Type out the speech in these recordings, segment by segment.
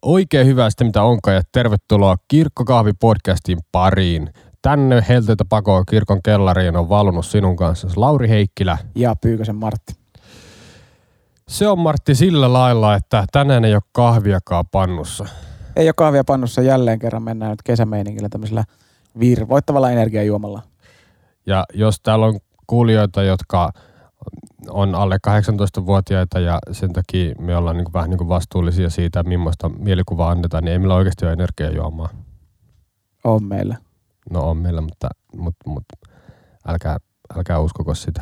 Oikein hyvää sitä mitä onkaan ja tervetuloa Kirkkokahvi-podcastin pariin. Tänne helteitä pakoon kirkon kellariin on valunut sinun kanssa Lauri Heikkilä. Ja Pyykösen Martti. Se on Martti sillä lailla, että tänään ei ole kahviakaan pannussa. Ei ole kahvia pannussa, jälleen kerran mennään nyt kesämeiningillä tämmöisellä virvoittavalla energiajuomalla. Ja jos täällä on kuulijoita, jotka on alle 18-vuotiaita ja sen takia me ollaan vähän vastuullisia siitä, millaista mielikuvaa annetaan, niin ei meillä oikeasti ole energiajuomaa. On meillä. No on meillä, mutta älkää uskoko sitä.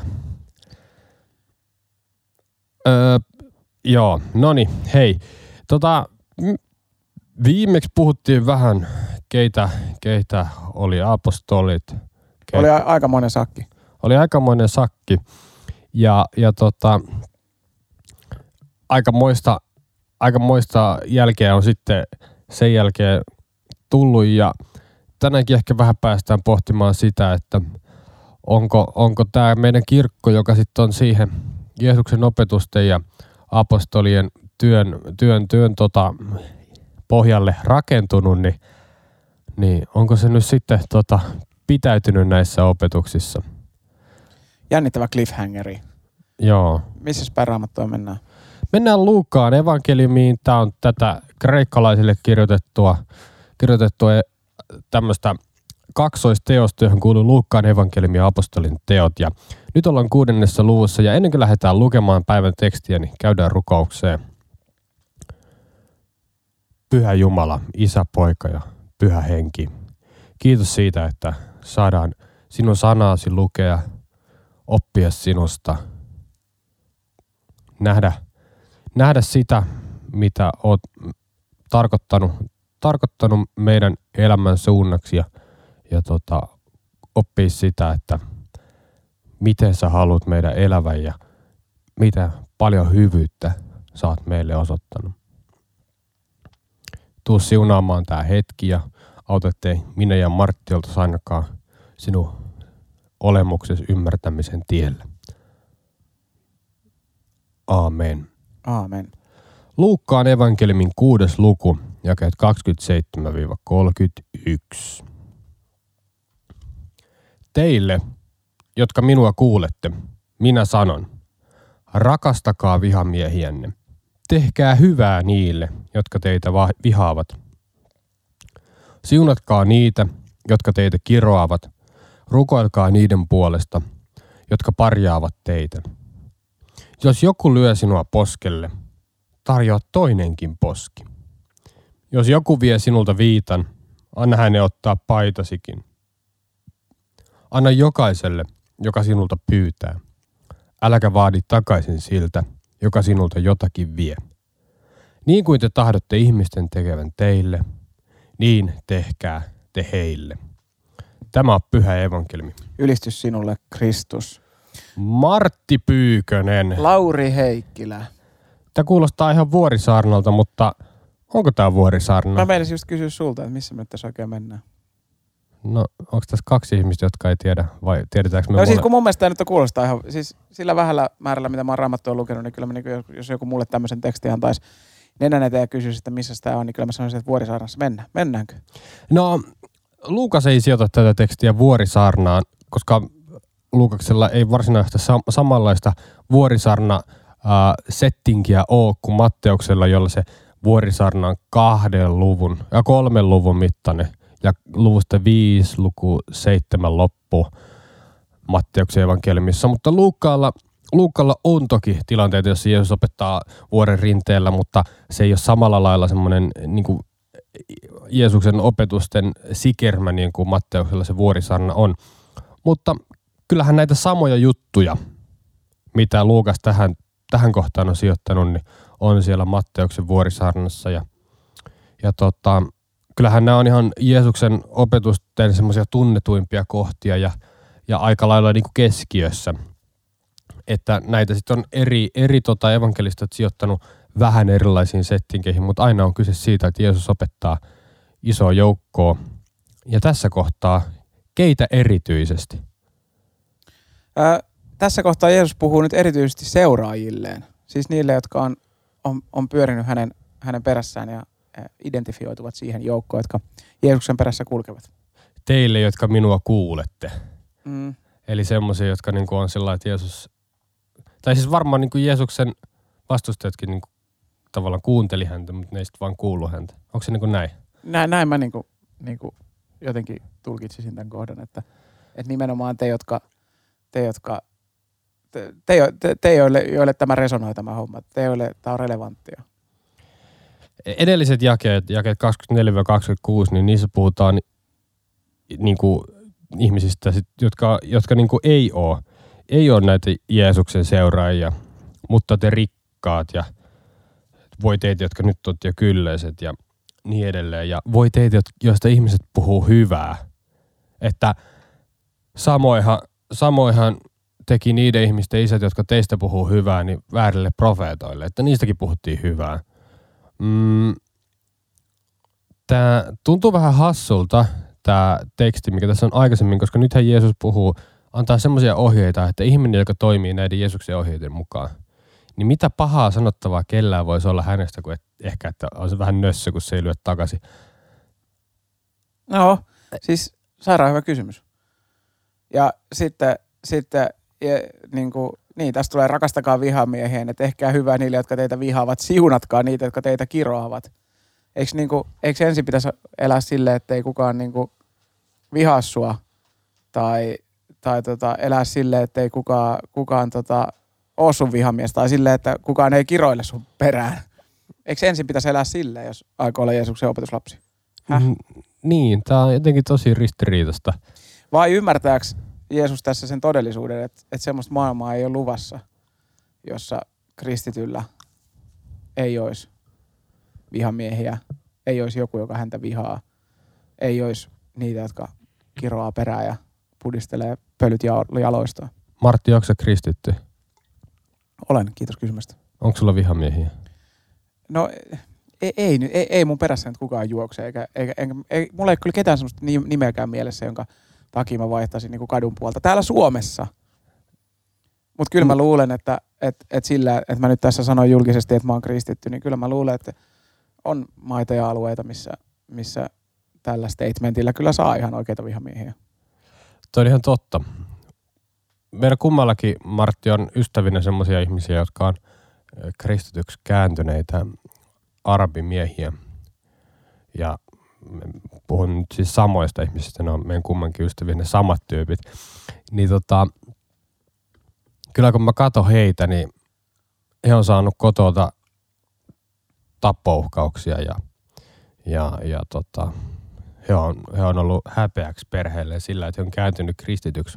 Joo, noni, hei. Viimeksi puhuttiin vähän, keitä oli apostolit. Oli aikamoinen sakki. Oli aikamoinen sakki. Ja aikamoista jälkeä on sitten sen jälkeen tullut ja tänäänkin ehkä vähän päästään pohtimaan sitä, että onko tämä meidän kirkko, joka sitten on siihen Jeesuksen opetusten ja apostolien työn pohjalle rakentunut, niin onko se nyt sitten pitäytynyt näissä opetuksissa? Jännittävä cliffhangeri. Joo. Missä päin Raamattua mennään? Mennään Luukaan evankeliumiin. Tämä on tätä kreikkalaisille kirjoitettua tämmöistä kaksoisteosta, johon kuuluu Luukkaan evankeliumi ja apostolin teot. Ja nyt ollaan 6. luvussa ja ennen kuin lähdetään lukemaan päivän tekstiä, niin käydään rukoukseen. Pyhä Jumala, Isä, Poika ja Pyhä Henki. Kiitos siitä, että saadaan sinun sanasi lukea, oppia sinusta, nähdä sitä, mitä olet tarkoittanut meidän elämän suunnaksi ja oppia sitä, että miten sä haluat meidän elävän ja mitä paljon hyvyyttä sä oot meille osoittanut. Tuu siunaamaan tää hetki ja auta, ettei minä ja Martti oltaisi ainakaan sinun olemuksesi ymmärtämisen tiellä. Aamen. Aamen. Luukkaan evankeliumin 6. luku, jakeet 27-31. Teille, jotka minua kuulette, minä sanon, rakastakaa vihamiehiänne. Tehkää hyvää niille, jotka teitä vihaavat. Siunatkaa niitä, jotka teitä kiroavat. Rukoilkaa niiden puolesta, jotka parjaavat teitä. Jos joku lyö sinua poskelle, tarjoa toinenkin poski. Jos joku vie sinulta viitan, anna hänen ottaa paitasikin. Anna jokaiselle, joka sinulta pyytää. Äläkä vaadi takaisin siltä, joka sinulta jotakin vie. Niin kuin te tahdotte ihmisten tekevän teille, niin tehkää te heille. Tämä on pyhä evankeliumi. Ylistys sinulle, Kristus. Martti Pyykönen. Lauri Heikkilä. Tämä kuulostaa ihan Vuorisaarnalta, mutta onko tämä Vuorisaarna? Mä meidän just kysyä sulta, että missä me tässä oikein mennään. No, onko tässä 2 ihmistä, jotka ei tiedä, vai tiedetäänkö me? No siis kun mun mielestä tämä nyt kuulostaa ihan, siis sillä vähällä määrällä, mitä mä oon Raamattua lukenut, niin kyllä mä, jos joku mulle tämmöisen tekstin antaisi nenän eteen ja kysyisi, että missä tämä on, niin kyllä mä sanoisin, että Vuorisaarnassa mennään. Mennäänkö? No, Luukas ei sijoita tätä tekstiä Vuorisaarnaan, koska Luukaksella ei varsinaista samanlaista Vuorisaarna-settingiä ole kuin Matteuksella, jolla se Vuorisaarna on 2 luvun ja 3 luvun mittainen. Ja luvusta 5, luku 7 loppu Matteuksen evankeliumissa. Mutta Luukalla on toki tilanteita, jossa Jeesus opettaa vuoren rinteellä, mutta se ei ole samalla lailla semmoinen niin kuin Jeesuksen opetusten sikermä, niin kuin Matteuksella se Vuorisaarna on. Mutta kyllähän näitä samoja juttuja, mitä Luukas tähän kohtaan on sijoittanut, niin on siellä Matteuksen Vuorisaarnassa. Ja kyllähän nämä on ihan Jeesuksen opetusten semmoisia tunnetuimpia kohtia ja aika lailla niin kuin keskiössä. Että näitä sitten on eri evankelistat sijoittanut vähän erilaisiin settinkeihin, mutta aina on kyse siitä, että Jeesus opettaa isoa joukkoa. Ja tässä kohtaa, keitä erityisesti? Tässä kohtaa Jeesus puhuu nyt erityisesti seuraajilleen. Siis niille, jotka on pyörinyt hänen perässään identifioituvat siihen joukkoon, jotka Jeesuksen perässä kulkevat. Teille, jotka minua kuulette. Mm. Eli semmoisia, jotka niinku on sillä että Jeesus, tai siis varmaan niinku Jeesuksen vastustajatkin niinku tavallaan kuunteli häntä, mutta ne ei sitten vaan kuullut häntä. Onko se niinku näin? Näin mä niinku jotenkin tulkitsisin tämän kohdan, että nimenomaan te joille tämä resonoi tämä homma, te joille tämä on relevanttia. Edelliset jakeet 24-26, niin niissä puhutaan niinku ihmisistä, jotka niinku ei ole näitä Jeesuksen seuraajia, mutta te rikkaat ja voi teitä, jotka nyt olette jo kylläiset ja niin edelleen. Ja voi teitä, joista ihmiset puhuu hyvää. Että samoinhan teki niiden ihmisten isät, jotka teistä puhuu hyvää, niin väärille profeetoille. Että niistäkin puhuttiin hyvää. Tämä tuntuu vähän hassulta, tämä teksti, mikä tässä on aikaisemmin, koska nythän Jeesus antaa semmoisia ohjeita, että ihminen, joka toimii näiden Jeesuksen ohjeiden mukaan, niin mitä pahaa sanottavaa kellään voisi olla hänestä, kuin ehkä, että on se vähän nössö, kun se ei lyö takaisin. No, siis sairaan hyvä kysymys. Ja sitten tässä tulee rakastakaa vihamiehien, että tehkää hyvää niille, jotka teitä vihaavat, siunatkaa niitä, jotka teitä kiroavat. Eikö ensin pitäisi elää silleen, että ei kukaan vihaa sua tai elää silleen, että ei kukaan ole sun vihamies tai silleen, että kukaan ei kiroile sun perään. Eikö ensin pitäisi elää silleen, jos aikoo olla Jeesuksen opetuslapsi? Niin, tää on jotenkin tosi ristiriitasta. Vai ymmärtääkö Jeesus tässä sen todellisuuden, että semmoista maailmaa ei ole luvassa, jossa kristityllä ei olisi vihamiehiä, ei olisi joku, joka häntä vihaa, ei olisi niitä, jotka kiroaa perään ja pudistelee pölyt jaloistaan. Martti, onko sä kristitty? Olen, kiitos kysymästä. Onko sulla vihamiehiä? No ei mun perässä nyt kukaan juokse, mulla ei kyllä ketään semmoista nimeäkään mielessä, jonka takia mä vaihtaisin niin kuin kadun puolta. Täällä Suomessa. Mutta kyllä mä luulen, että sillä, että mä nyt tässä sanon julkisesti, että mä oon kristitty, niin kyllä mä luulen, että on maita ja alueita, missä tällä statementilla kyllä saa ihan oikeita vihamiehiä. Toi on ihan totta. Meidän kummallakin, Martti, on ystävinä semmoisia ihmisiä, jotka on kristityksi kääntyneitä arabimiehiä. Ja puhun nyt siis samoista ihmisistä, ne on meidän kummankin ystäviä, ne samat tyypit. Niin kyllä kun mä katson heitä, niin he on saanut kotota tappouhkauksia ja he on ollut häpeäksi perheelle sillä, että he on kääntynyt kristityksi.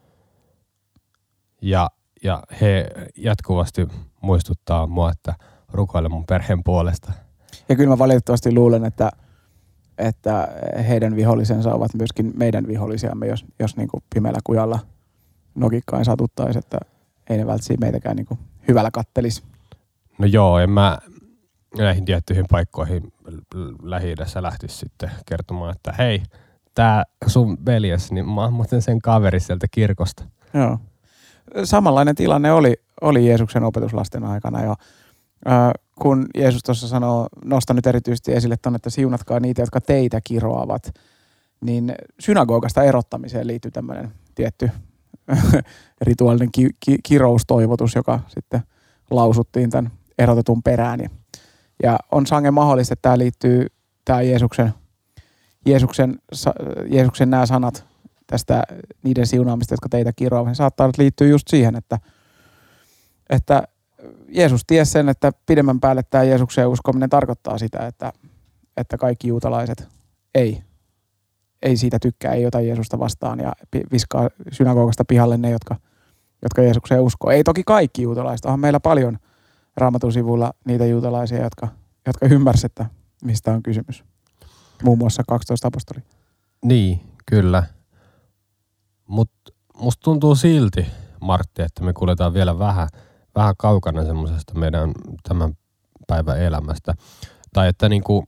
Ja he jatkuvasti muistuttaa mua, että rukoile mun perheen puolesta. Ja kyllä mä valitettavasti luulen, että heidän vihollisensa ovat myöskin meidän vihollisiamme, jos niin kuin pimeällä kujalla nokikkain satuttaisi, että ei ne välttämättä meitäkään niin kuin hyvällä kattelisi. No joo, en mä näihin tiettyihin paikkoihin Lähi-idässä lähtisi sitten kertomaan, että hei, tää sun veljes, niin mä oon muuten sen kaveri sieltä kirkosta. Joo. Samanlainen tilanne oli Jeesuksen opetuslasten aikana jo. Kun Jeesus tuossa sanoo, nostan nyt erityisesti esille tuonne, että siunatkaa niitä, jotka teitä kiroavat, niin synagogasta erottamiseen liittyy tämmöinen tietty rituaalinen kiroustoivotus, joka sitten lausuttiin tämän erotetun perään. Ja on sangen mahdollista, että tämä liittyy, tämä Jeesuksen nämä sanat tästä niiden siunaamista, jotka teitä kiroavat, niin saattaa liittyä just siihen, että Jeesus tiesi sen, että pidemmän päälle tämä Jeesukseen uskominen tarkoittaa sitä, että kaikki juutalaiset ei siitä tykkää, ei ota Jeesusta vastaan ja viskaa synagogasta pihalle ne, jotka Jeesukseen uskoo. Ei toki kaikki juutalaiset, onhan meillä paljon Raamatun sivuilla niitä juutalaisia, jotka ymmärsivät, että mistä on kysymys. Muun muassa 12 apostolia. Niin, kyllä. Mutta musta tuntuu silti, Martti, että me kuljetaan vielä vähän kaukana semmoisesta meidän tämän päivän elämästä. Tai että niinku,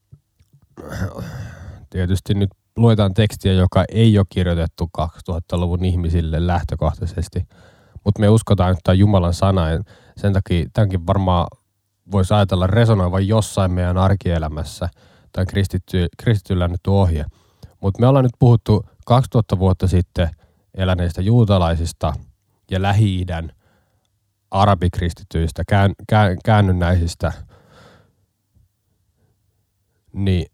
tietysti nyt luetaan tekstiä, joka ei ole kirjoitettu 2000-luvun ihmisille lähtökohtaisesti, mutta me uskotaan, että tämä on Jumalan sana ja sen takia tämänkin varmaan voisi ajatella resonoivan jossain meidän arkielämässä tai kristityllä annettu ohje. Mutta me ollaan nyt puhuttu 2000 vuotta sitten eläneistä juutalaisista ja Lähi-idän arabikristityistä, käännynnäisistä, niin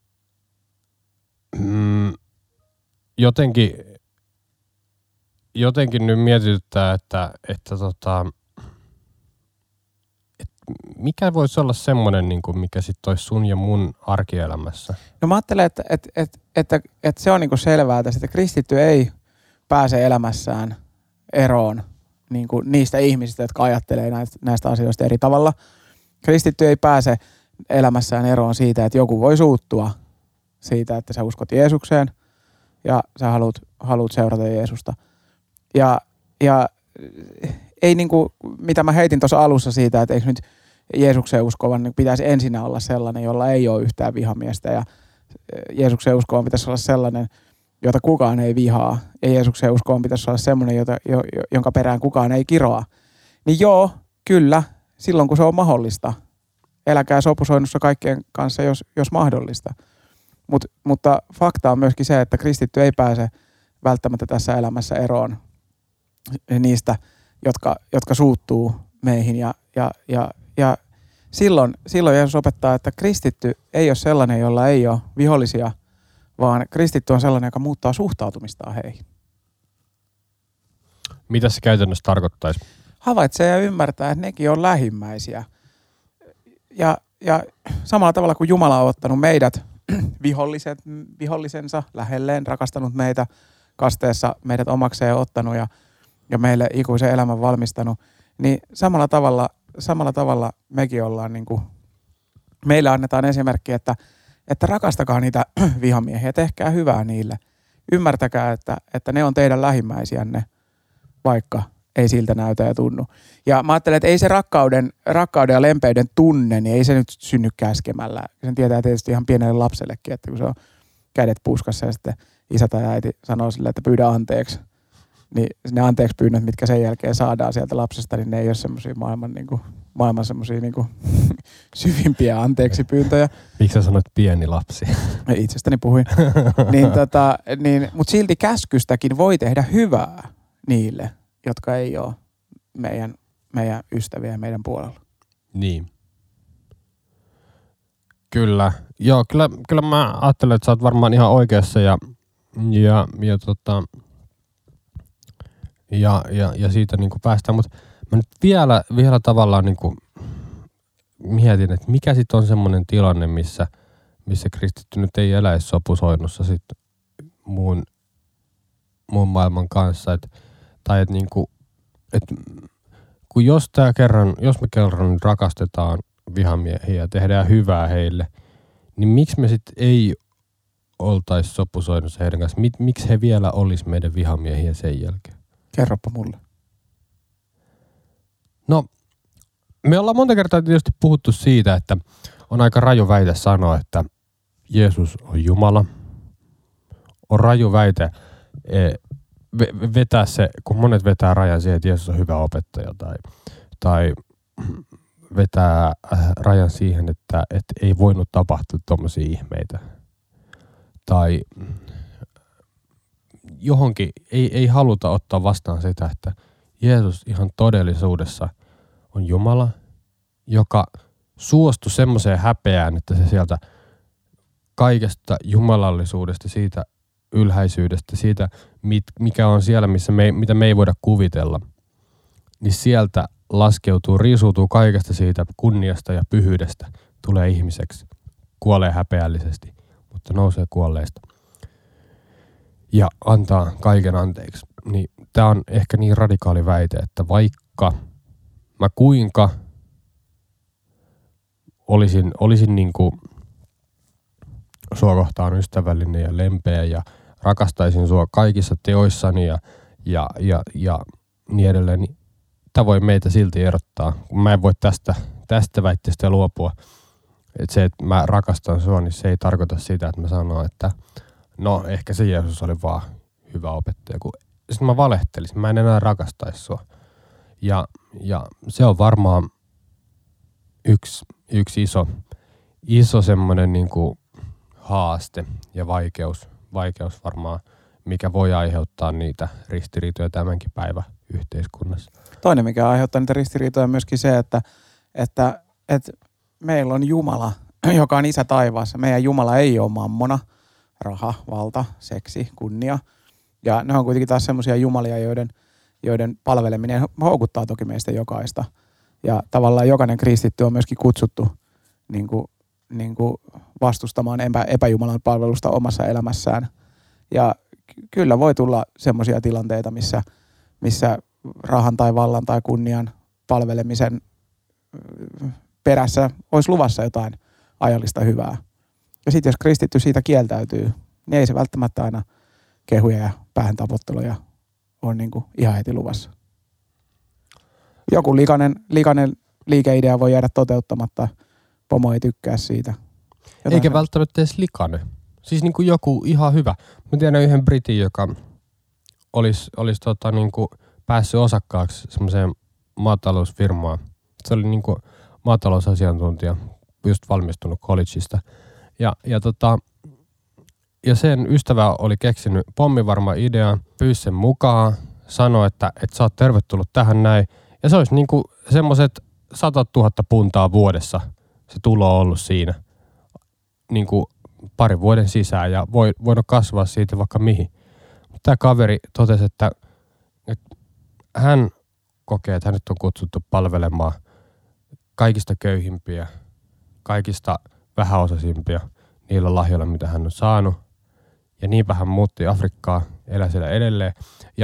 jotenkin nyt mietityttää, että mikä voisi olla semmoinen, niin kuin mikä sitten olisi sun ja mun arkielämässä? No mä ajattelen, että se on niin kuin selvää tässä, että kristitty ei pääse elämässään eroon niin kuin niistä ihmisistä, jotka ajattelee näistä asioista eri tavalla. Kristitty ei pääse elämässään eroon siitä, että joku voi suuttua siitä, että sä uskot Jeesukseen ja sä haluat seurata Jeesusta. Ja ei niinku, mitä mä heitin tuossa alussa siitä, että eikö nyt Jeesukseen uskovan niin pitäisi ensinnä olla sellainen, jolla ei ole yhtään vihamiestä ja Jeesukseen uskovan pitäisi olla sellainen, jota kukaan ei vihaa ja Jeesukseen uskovan pitäisi olla sellainen, jonka perään kukaan ei kiroa. Niin joo, kyllä, silloin kun se on mahdollista. Eläkää sopusoinnussa kaikkien kanssa, jos mahdollista. Mutta fakta on myöskin se, että kristitty ei pääse välttämättä tässä elämässä eroon niistä, jotka suuttuu meihin. Ja silloin Jeesus opettaa, että kristitty ei ole sellainen, jolla ei ole vihollisia, vaan kristitty on sellainen, joka muuttaa suhtautumistaan heihin. Mitä se käytännössä tarkoittaisi? Havaitsee ja ymmärtää, että nekin on lähimmäisiä. Ja samalla tavalla kuin Jumala on ottanut meidät vihollisensa lähelleen, rakastanut meitä kasteessa, meidät omakseen ottanut ja meille ikuisen elämän valmistanut, niin samalla tavalla mekin ollaan niin kuin, meille annetaan esimerkki, että rakastakaa niitä vihamiehiä, tehkää hyvää niille. Ymmärtäkää, että ne on teidän lähimmäisiänne, vaikka ei siltä näytä ja tunnu. Ja mä ajattelen, että ei se rakkauden ja lempeyden tunne, niin ei se nyt synny käskemällä. Sen tietää tietysti ihan pienelle lapsellekin, että kun se on kädet puskassa ja sitten isä tai äiti sanoo sille, että pyydä anteeksi, niin ne anteeksi pyynnöt, mitkä sen jälkeen saadaan sieltä lapsesta, niin ne ei ole semmoisia maailman semmoisia niin syvimpiä anteeksi pyyntöjä. Miksi sä sanoit pieni lapsi? Itsestäni puhuin. Mutta silti käskystäkin voi tehdä hyvää niille, jotka ei ole meidän ystäviä ja meidän puolella. Niin. Kyllä. Joo, kyllä mä ajattelen, että sä oot varmaan ihan oikeassa ja siitä niin kuin päästään, mutta mä nyt vielä tavallaan niin kuin mietin, että mikä sitten on semmoinen tilanne, missä kristitty nyt ei eläisi sopusoinnussa sitten muun maailman kanssa, tai että niinku, kun jos me kerran rakastetaan vihamiehiä ja tehdään hyvää heille, niin miksi me sitten ei oltaisi sopusoinnussa heidän kanssa? Miksi he vielä olisi meidän vihamiehiä sen jälkeen? Kerropa mulle. No, me ollaan monta kertaa tietysti puhuttu siitä, että on aika raju väite sanoa, että Jeesus on Jumala. On raju väite vetää se, kun monet vetää rajan siihen, että Jeesus on hyvä opettaja tai vetää rajan siihen, että ei voinut tapahtua tommosia ihmeitä. Tai johonkin ei haluta ottaa vastaan sitä, että Jeesus ihan todellisuudessa on Jumala, joka suostui semmoiseen häpeään, että se sieltä kaikesta jumalallisuudesta, siitä ylhäisyydestä, siitä mikä on siellä, mitä me ei voida kuvitella, niin sieltä laskeutuu, riisuutuu kaikesta siitä kunniasta ja pyhyydestä, tulee ihmiseksi, kuolee häpeällisesti, mutta nousee kuolleista ja antaa kaiken anteeksi. Niin tämä on ehkä niin radikaali väite, että vaikka mä kuinka olisin niin kuin sua kohtaan ystävällinen ja lempeä ja rakastaisin sua kaikissa teoissani ja niin edelleen, niin tämä voi meitä silti erottaa. Mä en voi tästä väitteestä luopua. Että se, että mä rakastan sua, niin se ei tarkoita sitä, että mä sanon, että no ehkä se Jeesus oli vaan hyvä opettaja. Sitten mä valehtelisin, mä en enää rakastaisi sua. Ja se on varmaan yksi yksi iso semmoinen niin kuin haaste ja vaikeus varmaan, mikä voi aiheuttaa niitä ristiriitoja tämänkin päivän yhteiskunnassa. Toinen, mikä aiheuttaa niitä ristiriitoja, on myöskin se, että meillä on Jumala, joka on isä taivaassa. Meidän Jumala ei ole mammona, raha, valta, seksi, kunnia. Ja ne on kuitenkin taas semmoisia jumalia, joiden palveleminen houkuttaa toki meistä jokaista. Ja tavallaan jokainen kristitty on myöskin kutsuttu niin kuin vastustamaan epäjumalan palvelusta omassa elämässään. Ja kyllä voi tulla semmoisia tilanteita, missä rahan tai vallan tai kunnian palvelemisen perässä olisi luvassa jotain ajallista hyvää. Ja sitten jos kristitty siitä kieltäytyy, niin ei se välttämättä aina kehuja ja päähän tapotteluja on niin kuin ihan heti luvassa. Joku likainen liikeidea voi jäädä toteuttamatta, pomo ei tykkää siitä. Eikä välttämättä edes likainen. Siis niin kuin joku ihan hyvä. Mä tiedän yhden britin, joka olisi niin kuin päässyt osakkaaksi semmoiseen maatalousfirmaan. Se oli niin kuin maatalousasiantuntija, just valmistunut collegeista. Ja sen ystävä oli keksinyt pommivarma idean, pyysi sen mukaan, sanoi, että sä oot tervetullut tähän näin. Ja se olisi niin kuin semmoiset 100 000 puntaa vuodessa se tulo ollut siinä niin kuin parin vuoden sisään ja voinut kasvaa siitä vaikka mihin. Tämä kaveri totesi, että hän kokee, että hänet on kutsuttu palvelemaan kaikista köyhimpiä, kaikista vähäosaisimpia niillä lahjoilla, mitä hän on saanut. Ja niinpä hän muutti Afrikkaan, elää siellä edelleen.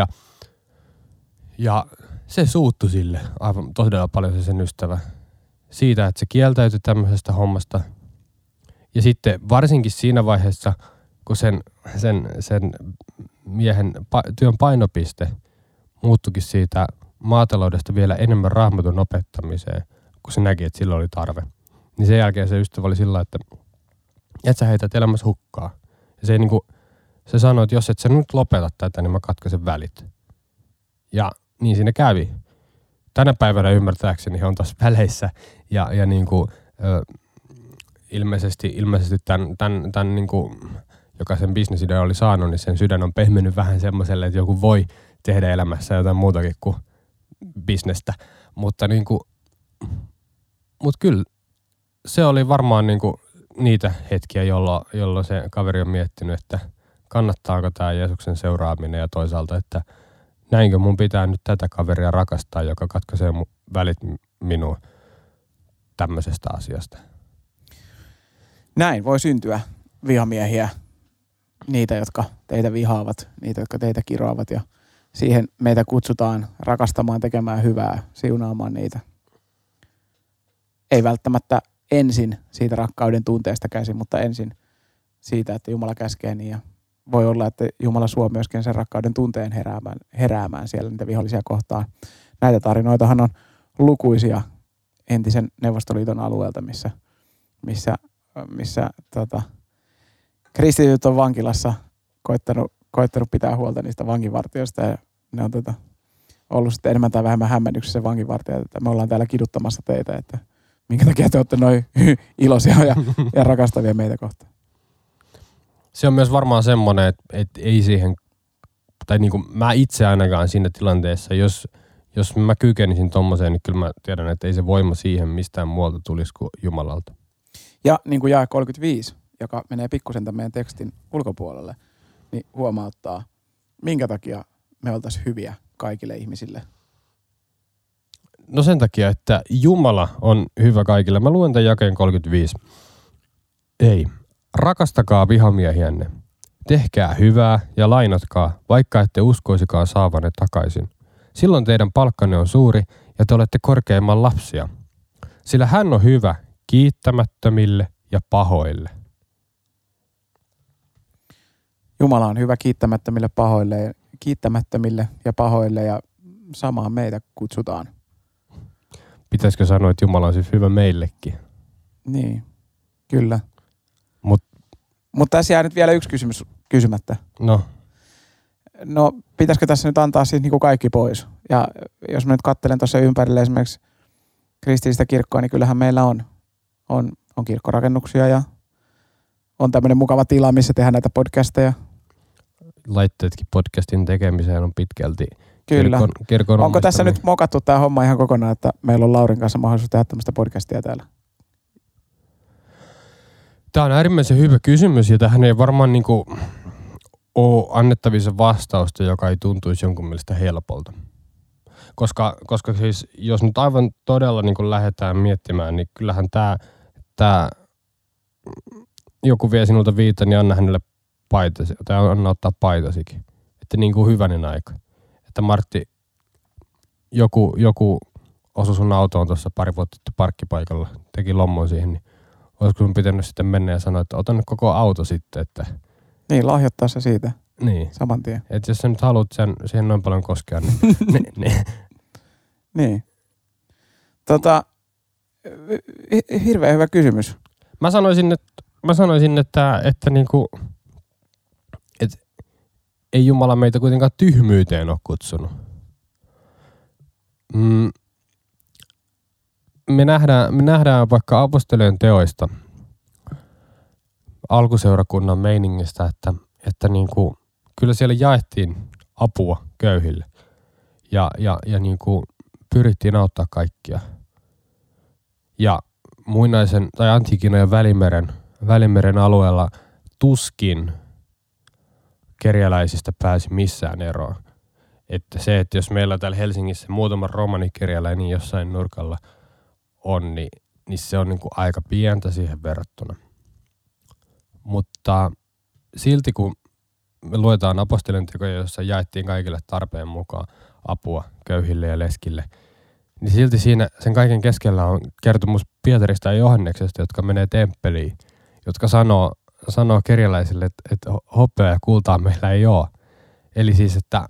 Ja se suuttui sille aivan todella paljon se sen ystävä siitä, että se kieltäytyi tämmöisestä hommasta. Ja sitten varsinkin siinä vaiheessa, kun sen miehen työn painopiste muuttuikin siitä maataloudesta vielä enemmän raamatun opettamiseen, kun se näki, että sillä oli tarve. Niin sen jälkeen se ystävä oli sillä, että et sä heität elämässä hukkaa. Ja se sanoi, että jos et sä nyt lopeta tätä, niin mä katkaisen välit. Ja niin siinä kävi. Tänä päivänä ymmärtääkseni he on taas väleissä ja niin kuin, ilmeisesti tämän niin kuin, joka sen bisnesidea oli saanut, niin sen sydän on pehmennyt vähän semmoiselle, että joku voi tehdä elämässä jotain muutakin kuin bisnestä. Mutta niin kuin, kyllä se oli varmaan niin kuin niitä hetkiä, jolloin se kaveri on miettinyt, että kannattaako tämä Jeesuksen seuraaminen ja toisaalta, että näinkö mun pitää nyt tätä kaveria rakastaa, joka katkaisee välit minua tämmöisestä asiasta. Näin voi syntyä vihamiehiä, niitä, jotka teitä vihaavat, niitä, jotka teitä kiroavat ja siihen meitä kutsutaan rakastamaan, tekemään hyvää, siunaamaan niitä. Ei välttämättä ensin siitä rakkauden tunteesta käsin, mutta ensin siitä, että Jumala käskee niin ja voi olla, että Jumala suo myöskin sen rakkauden tunteen heräämään siellä niitä vihollisia kohtaan. Näitä tarinoitahan on lukuisia entisen Neuvostoliiton alueelta, missä kristityt on vankilassa koittanut pitää huolta niistä vanginvartijoista ja ne on ollut sitten enemmän tai vähemmän hämmennyksessä vanginvartijat, että me ollaan täällä kiduttamassa teitä, että minkä takia te olette noin iloisia ja rakastavia meitä kohtaan. Se on myös varmaan semmoinen, että ei siihen, tai niin kuin mä itse ainakaan siinä tilanteessa, jos mä kykenisin tommoseen, niin kyllä mä tiedän, että ei se voima siihen mistään muualta tulisi kuin Jumalalta. Ja niin kuin jae 35, joka menee pikkusen tämän meidän tekstin ulkopuolelle, niin huomauttaa, minkä takia me oltaisiin hyviä kaikille ihmisille. No sen takia, että Jumala on hyvä kaikille. Mä luen tämän jakeen 35. Ei. Rakastakaa vihamiehiänne. Tehkää hyvää ja lainatkaa, vaikka ette uskoisikaan saavanne takaisin. Silloin teidän palkkanne on suuri ja te olette korkeimman lapsia. Sillä hän on hyvä kiittämättömille ja pahoille. Jumala on hyvä kiittämättömille ja pahoille ja samaan meitä kutsutaan. Pitäisikö sanoa, että Jumala on siis hyvä meillekin? Niin, kyllä. Mutta tässä jää nyt vielä yksi kysymys kysymättä. No, pitäisikö tässä nyt antaa siis niin kuin kaikki pois? Ja jos mä nyt katselen tuossa ympärille esimerkiksi kristillistä kirkkoa, niin kyllähän meillä on kirkkorakennuksia ja on tämmöinen mukava tila, missä tehdään näitä podcasteja. Laitteetkin podcastin tekemiseen on pitkälti Kyllä. kirkon Onko tässä nyt mokattu tämä homma ihan kokonaan, että meillä on Laurin kanssa mahdollisuus tehdä tämmöistä podcastia täällä? Tämä on äärimmäisen hyvä kysymys ja tähän ei varmaan niinku ole annettavissa vastausta, joka ei tuntuisi jonkun mielestä helpolta. Koska siis jos nyt aivan todella niin lähdetään miettimään, niin kyllähän tämä joku vie sinulta viitan, niin anna hänelle paitasi, tai anna ottaa paitasikin. Että niin kuin hyvänen aika. Että Martti, joku osui sun autoon tuossa pari vuotta parkkipaikalla, teki lommon siihen, niin olisiko sun pitänyt sitten mennä ja sanoa, että ota nyt koko auto sitten, että... Niin, lahjoittaa se siitä. Niin. Saman tien. Että jos sä nyt haluat siihen noin paljon koskea, niin... Niin. Hirveän hyvä kysymys. Mä sanoisin, että niinku, et ei Jumala meitä kuitenkaan tyhmyyteen ole kutsunut. Me nähdään vaikka apostolien teoista, alkuseurakunnan meiningistä, että niinku, kyllä siellä jaettiin apua köyhille ja niinku pyrittiin auttaa kaikkia. Ja muinaisen tai antiikin ja Välimeren alueella tuskin kerjäläisistä pääsi missään eroon. Että se, että jos meillä täällä Helsingissä muutama romanikerjäläinen jossain nurkalla on, niin se on niin kuin aika pientä siihen verrattuna. Mutta silti kun me luetaan apostolien tekoja, jossa jaettiin kaikille tarpeen mukaan apua köyhille ja leskille, niin silti siinä sen kaiken keskellä on kertomus Pietarista ja Johanneksesta, jotka menee temppeliin, jotka sanoo kerjäläisille, että hopeaa ja kultaa meillä ei ole. Eli siis, että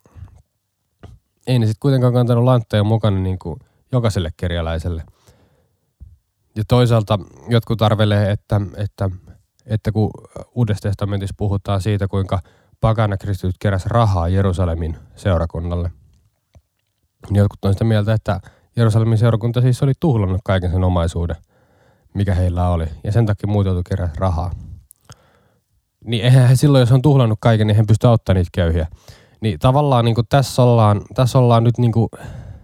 ei ne sitten kuitenkaan kantanut lantteja mukana niin kuin jokaiselle kerjäläiselle. Ja toisaalta jotkut arvelee, että kun Uudessa testamentissa puhutaan siitä, kuinka pakana kristityt keräsi rahaa Jerusalemin seurakunnalle, niin jotkut on sitä mieltä, että Jerusalemin seurakunta siis oli tuhlannut kaiken sen omaisuuden, mikä heillä oli. Ja sen takia muut joutui kerätä rahaa. Niin eihän he silloin, jos on tuhlannut kaiken, niin he pysty auttamaan niitä köyhiä. Niin tavallaan niin kuin tässä ollaan nyt niin kuin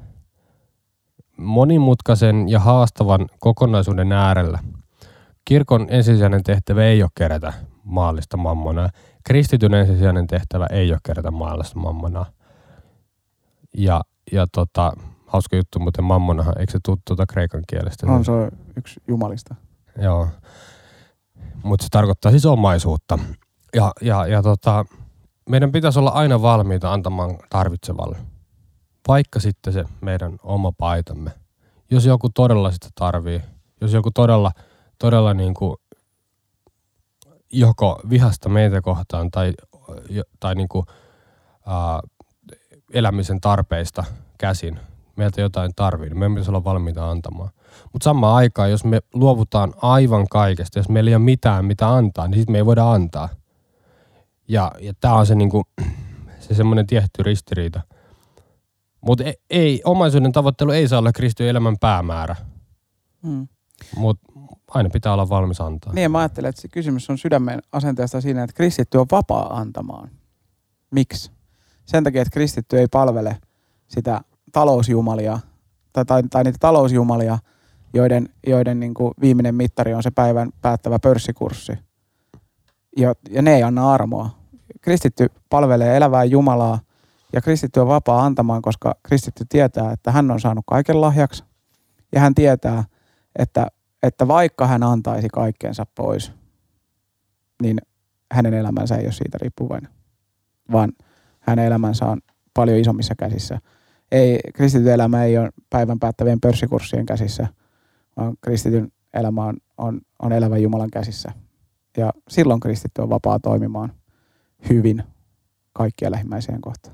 monimutkaisen ja haastavan kokonaisuuden äärellä. Kirkon ensisijainen tehtävä ei ole kerätä maallista mammonaa. Kristityn ensisijainen tehtävä ei ole kerätä maallista mammonaa. Ja hauska juttu, mutta mammonahan, eikö se tule kreikan kielestä? On, se on yksi jumalista. Joo. Mutta se tarkoittaa siis omaisuutta. Ja meidän pitäisi olla aina valmiita antamaan tarvitsevalle. Vaikka sitten se meidän oma paitamme. Jos joku todella sitä tarvii, jos joku todella niin kuin joko vihasta meitä kohtaan tai niin kuin, elämisen tarpeista käsin meiltä jotain tarvii, niin meidän pitäisi olla valmiita antamaan. Mutta samaan aikaan, jos me luovutaan aivan kaikesta, jos meillä ei ole mitään mitä antaa, niin sitten me ei voida antaa. Ja tämä on se, niinku, se semmoinen tietty ristiriita. Mutta ei, omaisuuden tavoittelu ei saa olla kristityn elämän päämäärä. Mutta aina pitää olla valmis antaa. Niin, mä ajattelen, että se kysymys on sydämen asenteesta siinä, että kristitty on vapaa antamaan. Miksi? Sen takia, että kristitty ei palvele sitä talousjumalia tai niitä talousjumalia, joiden niin kuin viimeinen mittari on se päivän päättävä pörssikurssi. Ja ne ei anna armoa. Kristitty palvelee elävää Jumalaa ja kristitty on vapaa antamaan, koska kristitty tietää, että hän on saanut kaiken lahjaksi. Ja hän tietää, että vaikka hän antaisi kaikkensa pois, niin hänen elämänsä ei ole siitä riippuvainen, vaan hänen elämänsä on paljon isommissa käsissä. Kristityn elämä ei ole päivän päättävien pörssikurssien käsissä, vaan kristityn elämä on elävän Jumalan käsissä. Ja silloin kristitty on vapaa toimimaan hyvin kaikkia lähimmäiseen kohtaan.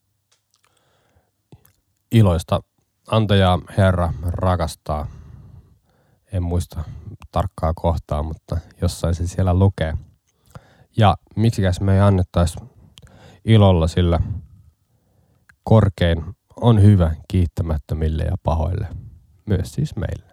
Iloista antajaa Herra rakastaa. En muista tarkkaa kohtaa, mutta jossain se siellä lukee. Ja miksikäs me ei annettaisi ilolla, sillä korkein on hyvä kiittämättömille ja pahoille, myös siis meille.